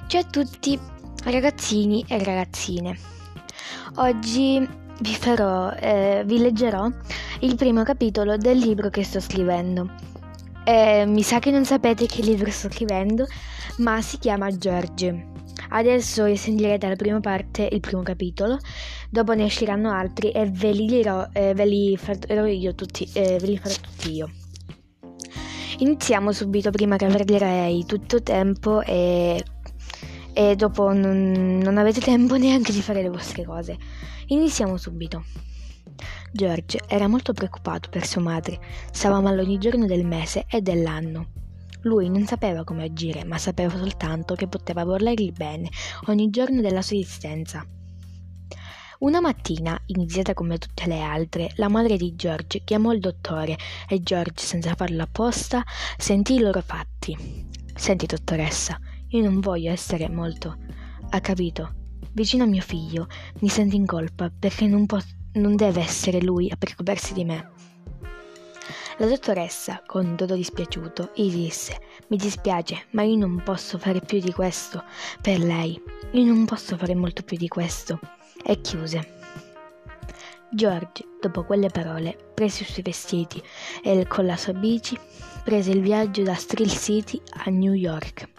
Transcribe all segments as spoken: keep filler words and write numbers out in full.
Ciao a tutti ragazzini e ragazzine. Oggi vi farò, eh, vi leggerò il primo capitolo del libro che sto scrivendo. Eh, mi sa che non sapete che libro sto scrivendo, ma si chiama George. Adesso sentirete la prima parte, il primo capitolo, dopo ne usciranno altri e ve li dirò, eh, ve li farò io tutti, eh, ve li farò tutti io. Iniziamo subito prima che perderei tutto tempo e, e dopo non, non avete tempo neanche di fare le vostre cose. Iniziamo subito. George era molto preoccupato per sua madre, stava male ogni giorno del mese e dell'anno. Lui non sapeva come agire, ma sapeva soltanto che poteva volergli bene ogni giorno della sua esistenza. Una mattina, iniziata come tutte le altre, la madre di George chiamò il dottore e George, senza farlo apposta, sentì i loro fatti. «Senti, dottoressa, io non voglio essere molto, ha capito? Vicino a mio figlio mi sento in colpa perché non, po- non deve essere lui a preoccuparsi di me». La dottoressa, con tono dispiaciuto, gli disse: «Mi dispiace, ma io non posso fare più di questo per lei. Io non posso fare molto più di questo». E chiuse. George, dopo quelle parole, prese i suoi vestiti e con la sua bici prese il viaggio da Steel City a New York.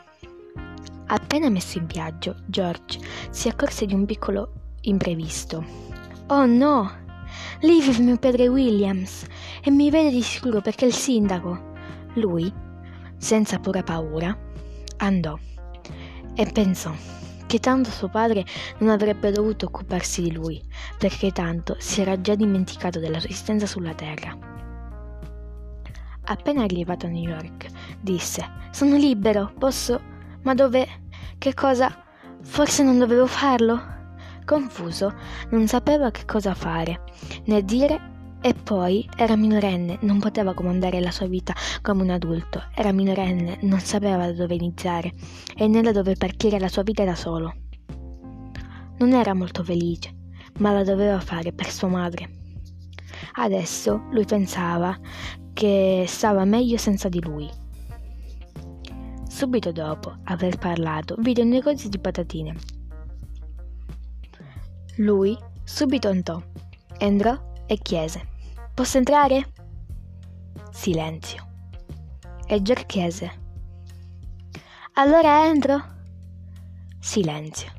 Appena messo in viaggio, George si accorse di un piccolo imprevisto. «Oh no! Lì vive mio padre Williams e mi vede di sicuro perché è il sindaco». Lui, senza pura paura, andò e pensò che tanto suo padre non avrebbe dovuto occuparsi di lui, perché tanto si era già dimenticato della sua esistenza sulla terra. Appena arrivato a New York, disse: «Sono libero, posso... ma dove... che cosa... forse non dovevo farlo?» Confuso, non sapeva che cosa fare, né dire. E poi era minorenne, non poteva comandare la sua vita come un adulto. Era minorenne, non sapeva da dove iniziare e né da dove partire la sua vita da solo. Non era molto felice, ma la doveva fare per sua madre. Adesso lui pensava che stava meglio senza di lui. Subito dopo aver parlato, vide un negozio di patatine. Lui subito entrò, entrò e chiese: «Posso entrare?» Silenzio. E George chiese: «Allora entro?» Silenzio.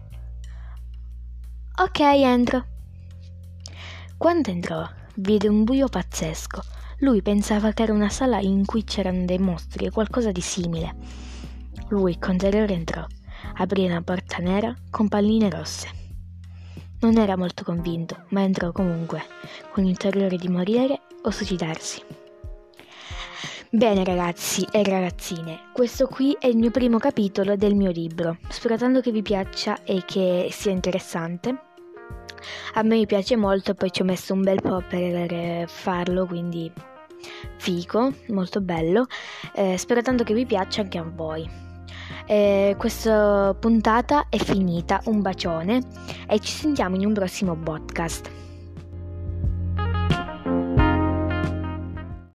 «Ok, entro». Quando entrò, vide un buio pazzesco. Lui pensava che era una sala in cui c'erano dei mostri o qualcosa di simile. Lui con terrore entrò, aprì una porta nera con palline rosse. Non era molto convinto, ma entrò comunque, con il terrore di morire o suicidarsi. Bene ragazzi e ragazzine, questo qui è il mio primo capitolo del mio libro. Spero tanto che vi piaccia e che sia interessante. A me mi piace molto, poi ci ho messo un bel po' per farlo, quindi figo, molto bello. Eh, spero tanto che vi piaccia anche a voi. Eh, questa puntata è finita, un bacione e ci sentiamo in un prossimo podcast.